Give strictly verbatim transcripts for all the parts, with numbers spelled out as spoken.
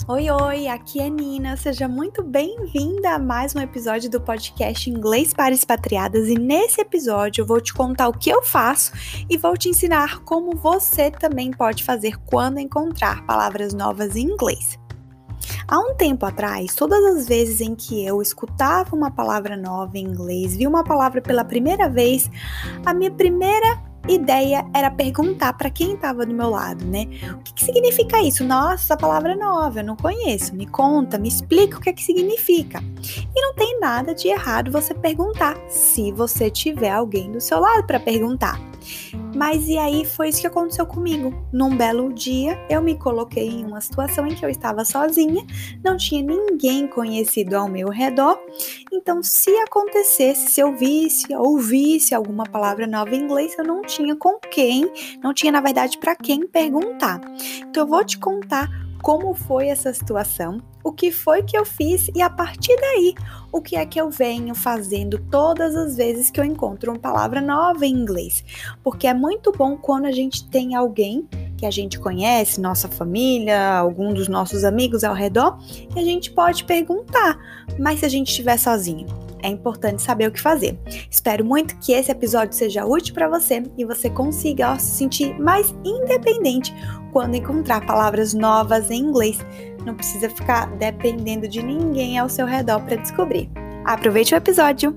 Oi, oi, aqui é Nina, seja muito bem-vinda a mais um episódio do podcast Inglês para Expatriadas e nesse episódio eu vou te contar o que eu faço e vou te ensinar como você também pode fazer quando encontrar palavras novas em inglês. Há um tempo atrás, todas as vezes em que eu escutava uma palavra nova em inglês, vi uma palavra pela primeira vez, a minha primeira ideia era perguntar para quem estava do meu lado, né? O que, que significa isso? Nossa, essa palavra é nova, eu não conheço. Me conta, me explica o que, que significa. E não tem nada de errado você perguntar, se você tiver alguém do seu lado para perguntar. Mas e aí foi isso que aconteceu comigo. Num belo dia, eu me coloquei em uma situação em que eu estava sozinha, não tinha ninguém conhecido ao meu redor. Então, se acontecesse, se eu visse, ouvisse alguma palavra nova em inglês, eu não tinha com quem, não tinha, na verdade, para quem perguntar. Então, eu vou te contar como foi essa situação, o que foi que eu fiz e, a partir daí, o que é que eu venho fazendo todas as vezes que eu encontro uma palavra nova em inglês. Porque é muito bom quando a gente tem alguém que a gente conhece, nossa família, algum dos nossos amigos ao redor, e a gente pode perguntar, mas se a gente estiver sozinho, é importante saber o que fazer. Espero muito que esse episódio seja útil para você e você consiga ó, se sentir mais independente quando encontrar palavras novas em inglês. Não precisa ficar dependendo de ninguém ao seu redor para descobrir. Aproveite o episódio!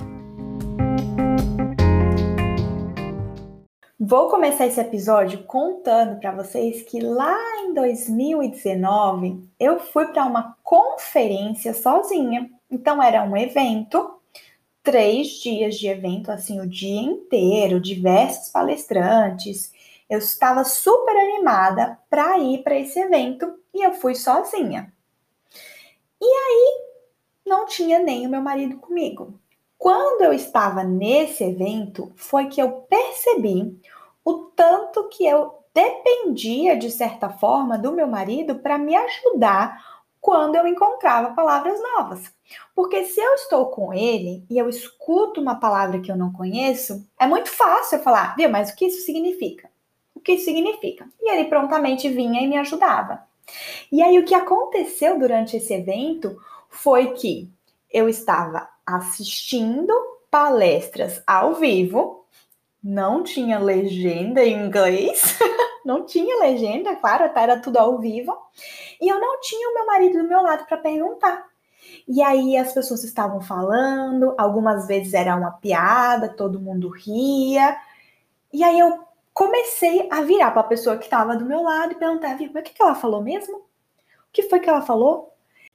Vou começar esse episódio contando para vocês que lá em dois mil e dezenove eu fui para uma conferência sozinha. Então era um evento, três dias de evento, assim, o dia inteiro, diversos palestrantes. Eu estava super animada para ir para esse evento e eu fui sozinha. E aí não tinha nem o meu marido comigo. Quando eu estava nesse evento, foi que eu percebi o tanto que eu dependia, de certa forma, do meu marido para me ajudar quando eu encontrava palavras novas. Porque se eu estou com ele e eu escuto uma palavra que eu não conheço, é muito fácil eu falar, viu, mas o que isso significa? O que isso significa? E ele prontamente vinha e me ajudava. E aí o que aconteceu durante esse evento foi que eu estava assistindo palestras ao vivo, não tinha legenda em inglês, não tinha legenda, claro, era tudo ao vivo, e eu não tinha o meu marido do meu lado para perguntar. E aí as pessoas estavam falando, algumas vezes era uma piada, todo mundo ria, e aí eu comecei a virar para a pessoa que estava do meu lado e perguntar, viu, mas o que, que ela falou mesmo? O que foi que ela falou?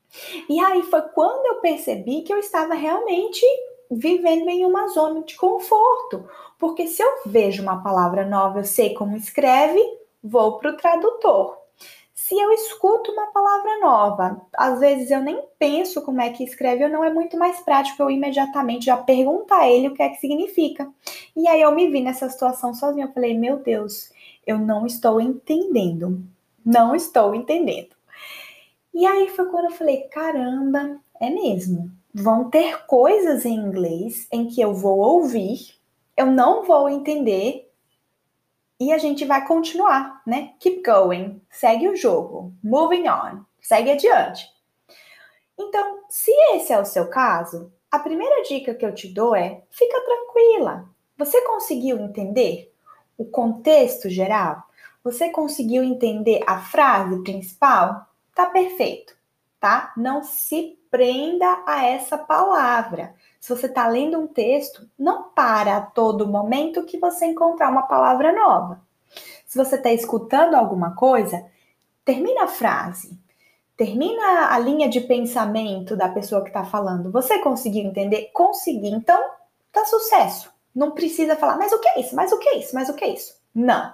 E aí foi quando eu percebi que eu estava realmente vivendo em uma zona de conforto. Porque se eu vejo uma palavra nova, eu sei como escreve, vou para o tradutor. Se eu escuto uma palavra nova, às vezes eu nem penso como é que escreve ou não, é muito mais prático eu imediatamente já perguntar a ele o que é que significa. E aí eu me vi nessa situação sozinha, eu falei, meu Deus, eu não estou entendendo, não estou entendendo. E aí foi quando eu falei, caramba, é mesmo. Vão ter coisas em inglês em que eu vou ouvir, eu não vou entender e a gente vai continuar, né? Keep going, segue o jogo, moving on, segue adiante. Então, se esse é o seu caso, a primeira dica que eu te dou é, fica tranquila. Você conseguiu entender o contexto geral? Você conseguiu entender a frase principal? Tá perfeito, tá? Não se prenda a essa palavra. Se você tá lendo um texto, não para a todo momento que você encontrar uma palavra nova. Se você tá escutando alguma coisa, termina a frase. Termina a linha de pensamento da pessoa que tá falando. Você conseguiu entender? Consegui. Então, tá sucesso. Não precisa falar, mas o que é isso? Mas o que é isso? Mas o que é isso? Não.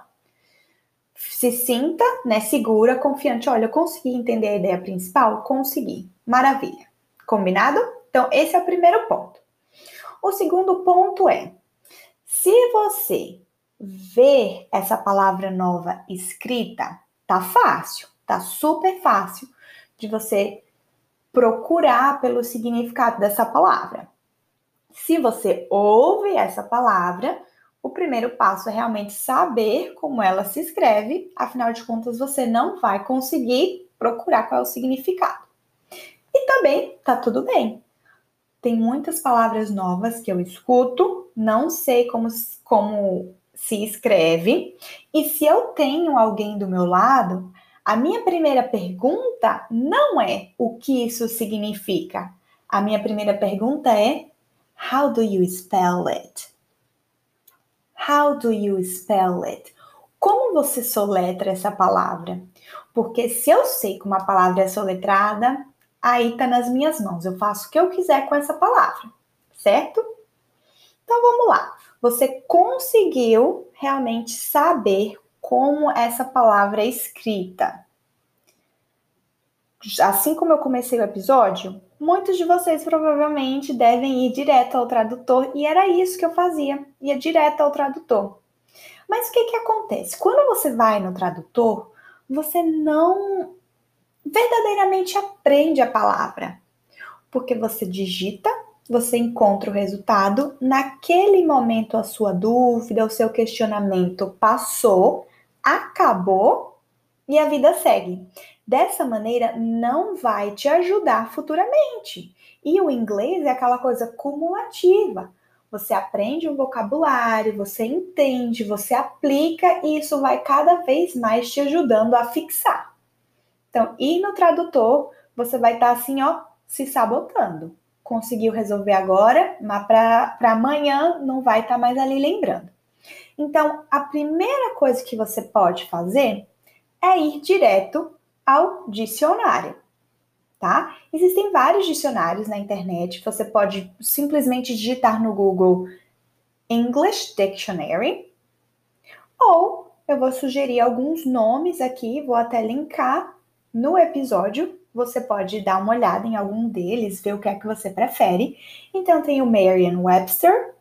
Se sinta, né, segura, confiante. Olha, eu consegui entender a ideia principal? Consegui. Maravilha. Combinado? Então, esse é o primeiro ponto. O segundo ponto é, se você ver essa palavra nova escrita, tá fácil, tá super fácil de você procurar pelo significado dessa palavra. Se você ouve essa palavra, o primeiro passo é realmente saber como ela se escreve, afinal de contas, você não vai conseguir procurar qual é o significado. E também tá tudo bem. Tem muitas palavras novas que eu escuto, não sei como, como se escreve, e se eu tenho alguém do meu lado, a minha primeira pergunta não é o que isso significa. A minha primeira pergunta é: How do you spell it? How do you spell it? Como você soletra essa palavra? Porque se eu sei como a palavra é soletrada, aí tá nas minhas mãos. Eu faço o que eu quiser com essa palavra, certo? Então vamos lá. Você conseguiu realmente saber como essa palavra é escrita? Assim como eu comecei o episódio, muitos de vocês provavelmente devem ir direto ao tradutor, e era isso que eu fazia, ia direto ao tradutor. Mas o que que acontece? Quando você vai no tradutor, você não verdadeiramente aprende a palavra, porque você digita, você encontra o resultado, naquele momento a sua dúvida, o seu questionamento passou, acabou e a vida segue. Dessa maneira, não vai te ajudar futuramente. E o inglês é aquela coisa cumulativa. Você aprende um vocabulário, você entende, você aplica e isso vai cada vez mais te ajudando a fixar. Então, ir no tradutor, você vai estar assim, ó, se sabotando. Conseguiu resolver agora, mas para amanhã não vai estar mais ali lembrando. Então, a primeira coisa que você pode fazer é ir direto ao dicionário, tá? Existem vários dicionários na internet, você pode simplesmente digitar no Google English Dictionary, ou eu vou sugerir alguns nomes aqui, vou até linkar no episódio, você pode dar uma olhada em algum deles, ver o que é que você prefere. Então tem o Merriam-Webster,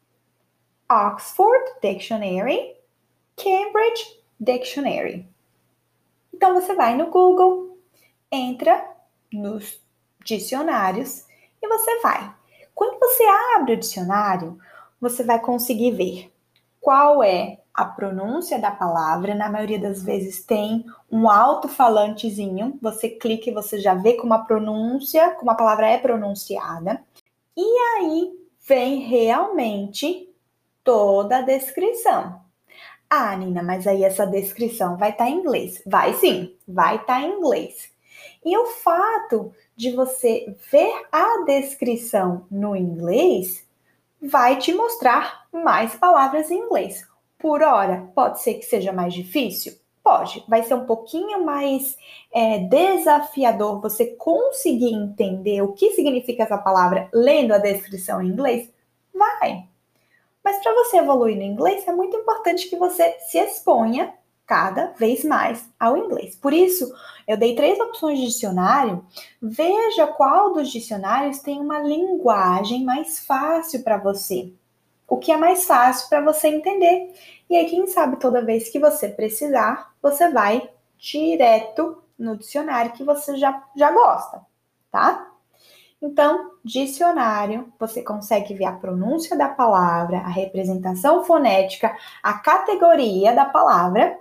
Oxford Dictionary, Cambridge Dictionary. Então você vai no Google, entra nos dicionários e você vai. Quando você abre o dicionário, você vai conseguir ver qual é a pronúncia da palavra. Na maioria das vezes tem um alto-falantezinho, você clica e você já vê como a pronúncia, como a palavra é pronunciada. E aí vem realmente toda a descrição. Ah, Nina, mas aí essa descrição vai estar em inglês. Vai sim, vai estar em inglês. E o fato de você ver a descrição no inglês vai te mostrar mais palavras em inglês. Por hora, pode ser que seja mais difícil? Pode. Vai ser um pouquinho mais é, desafiador você conseguir entender o que significa essa palavra lendo a descrição em inglês? Vai. Mas para você evoluir no inglês, é muito importante que você se exponha cada vez mais ao inglês. Por isso, eu dei três opções de dicionário. Veja qual dos dicionários tem uma linguagem mais fácil para você. O que é mais fácil para você entender. E aí, quem sabe, toda vez que você precisar, você vai direto no dicionário que você já, já gosta, tá? Então, dicionário, você consegue ver a pronúncia da palavra, a representação fonética, a categoria da palavra,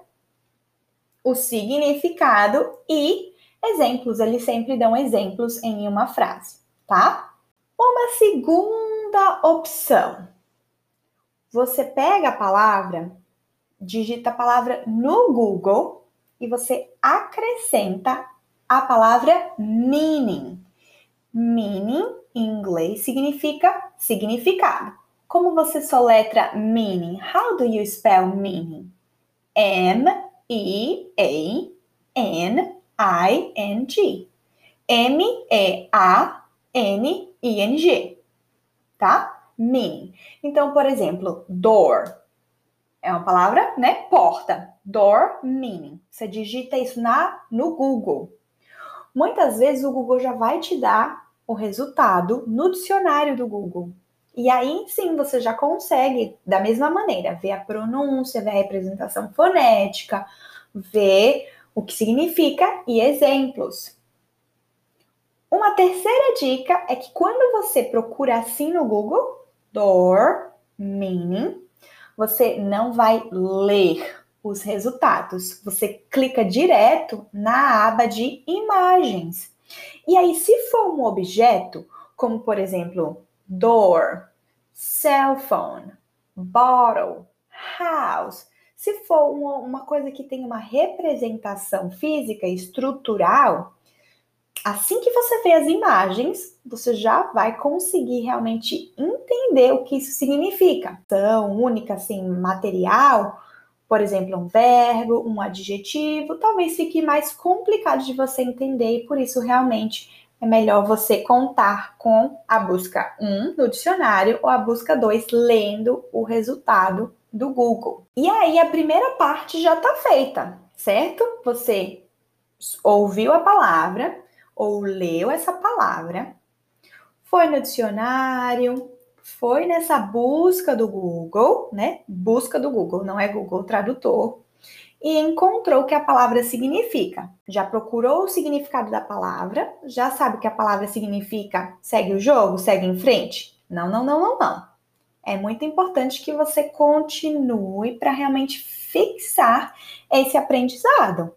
o significado e exemplos. Eles sempre dão exemplos em uma frase, tá? Uma segunda opção. Você pega a palavra, digita a palavra no Google e você acrescenta a palavra meaning. Meaning, em inglês, significa significado. Como você soletra meaning? How do you spell meaning? M E A N I N G. M E A N I N G. Tá? Meaning. Então, por exemplo, door. É uma palavra, né? Porta. Door, meaning. Você digita isso na, no Google. Muitas vezes o Google já vai te dar o resultado no dicionário do Google. E aí sim você já consegue, da mesma maneira, ver a pronúncia, ver a representação fonética, ver o que significa e exemplos. Uma terceira dica é que quando você procura assim no Google, door, meaning, você não vai ler os resultados. Você clica direto na aba de imagens. E aí, se for um objeto, como por exemplo, door, cell phone, bottle, house, se for uma, uma coisa que tem uma representação física estrutural, assim que você vê as imagens, você já vai conseguir realmente entender o que isso significa. São única, assim, material, por exemplo, um verbo, um adjetivo, talvez fique mais complicado de você entender e por isso realmente é melhor você contar com a busca um no dicionário ou a busca dois lendo o resultado do Google. E aí a primeira parte já está feita, certo? Você ouviu a palavra ou leu essa palavra, foi no dicionário, foi nessa busca do Google, né? Busca do Google, não é Google Tradutor, e encontrou o que a palavra significa. Já procurou o significado da palavra, já sabe o que a palavra significa, segue o jogo, segue em frente? Não, não, não, não, não. É muito importante que você continue para realmente fixar esse aprendizado.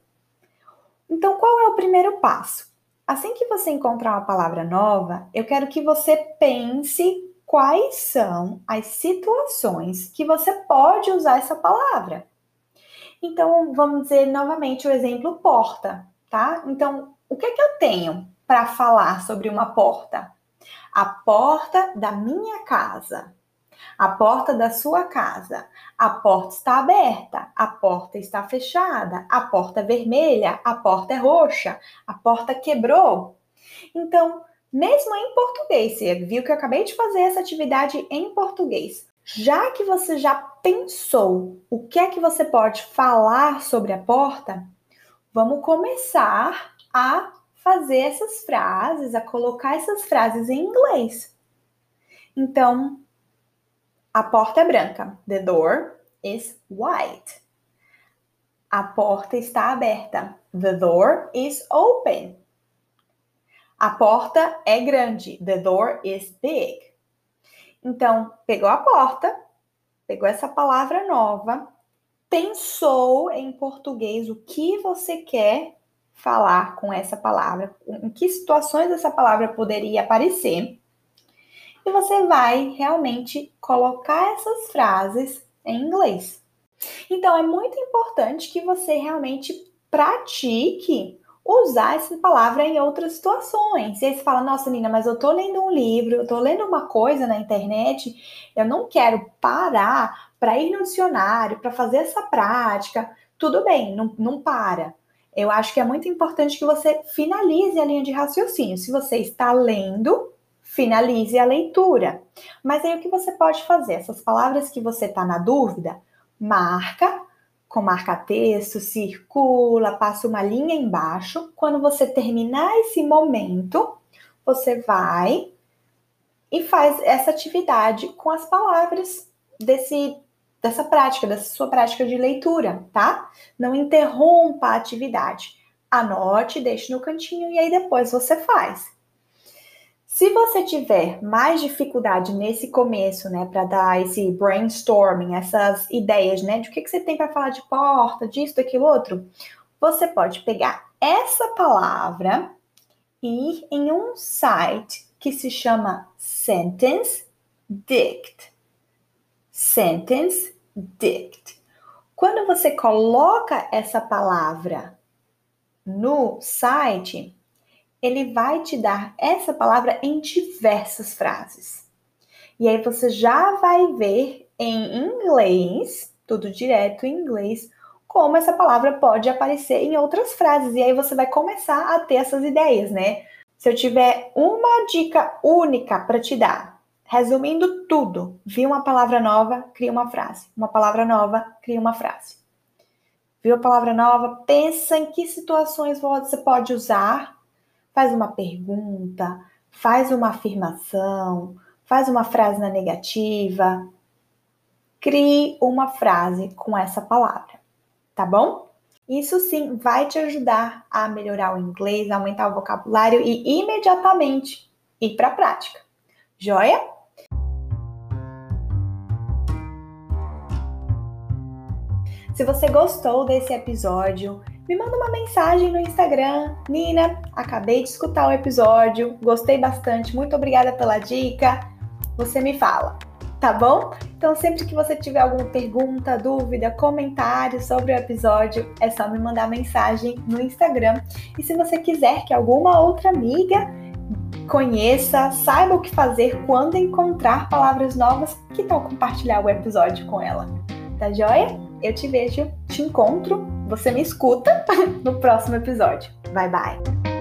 Então, qual é o primeiro passo? Assim que você encontrar uma palavra nova, eu quero que você pense quais são as situações que você pode usar essa palavra. Então, vamos dizer novamente o exemplo porta, tá? Então, o que é que eu tenho para falar sobre uma porta? A porta da minha casa. A porta da sua casa. A porta está aberta. A porta está fechada. A porta é vermelha. A porta é roxa. A porta quebrou. Então, mesmo em português, você viu que eu acabei de fazer essa atividade em português. Já que você já pensou o que é que você pode falar sobre a porta, vamos começar a fazer essas frases, a colocar essas frases em inglês. Então, a porta é branca. The door is white. A porta está aberta. The door is open. A porta é grande. The door is big. Então, pegou a porta, pegou essa palavra nova, pensou em português o que você quer falar com essa palavra, em que situações essa palavra poderia aparecer. E você vai realmente colocar essas frases em inglês. Então, é muito importante que você realmente pratique usar essa palavra em outras situações. E aí você fala, nossa, Nina, mas eu tô lendo um livro, eu tô lendo uma coisa na internet, eu não quero parar para ir no dicionário, para fazer essa prática. Tudo bem, não, não para. Eu acho que é muito importante que você finalize a linha de raciocínio. Se você está lendo, finalize a leitura. Mas aí o que você pode fazer? Essas palavras que você está na dúvida, marca com marca-texto, circula, passa uma linha embaixo. Quando você terminar esse momento, você vai e faz essa atividade com as palavras desse, dessa prática, dessa sua prática de leitura, tá? Não interrompa a atividade. Anote, deixe no cantinho e aí depois você faz. Se você tiver mais dificuldade nesse começo, né, para dar esse brainstorming, essas ideias, né, de o que, que você tem para falar de porta, disso, daquilo, outro, você pode pegar essa palavra e ir em um site que se chama Sentence Dict. Sentence Dict. Quando você coloca essa palavra no site, ele vai te dar essa palavra em diversas frases. E aí você já vai ver em inglês, tudo direto em inglês, como essa palavra pode aparecer em outras frases. E aí você vai começar a ter essas ideias, né? Se eu tiver uma dica única para te dar, resumindo tudo, viu uma palavra nova, cria uma frase. Uma palavra nova, cria uma frase. Viu a palavra nova, pensa em que situações você pode usar. Faz uma pergunta, faz uma afirmação, faz uma frase na negativa. Crie uma frase com essa palavra, tá bom? Isso sim vai te ajudar a melhorar o inglês, aumentar o vocabulário e imediatamente ir para a prática. Joia? Se você gostou desse episódio, me manda uma mensagem no Instagram. Nina, acabei de escutar o episódio, gostei bastante, muito obrigada pela dica. Você me fala, tá bom? Então, sempre que você tiver alguma pergunta, dúvida, comentário sobre o episódio, é só me mandar mensagem no Instagram. E se você quiser que alguma outra amiga conheça, saiba o que fazer quando encontrar palavras novas, que tal compartilhar o episódio com ela? Tá joia? Eu te vejo, te encontro, você me escuta no próximo episódio. Bye, bye!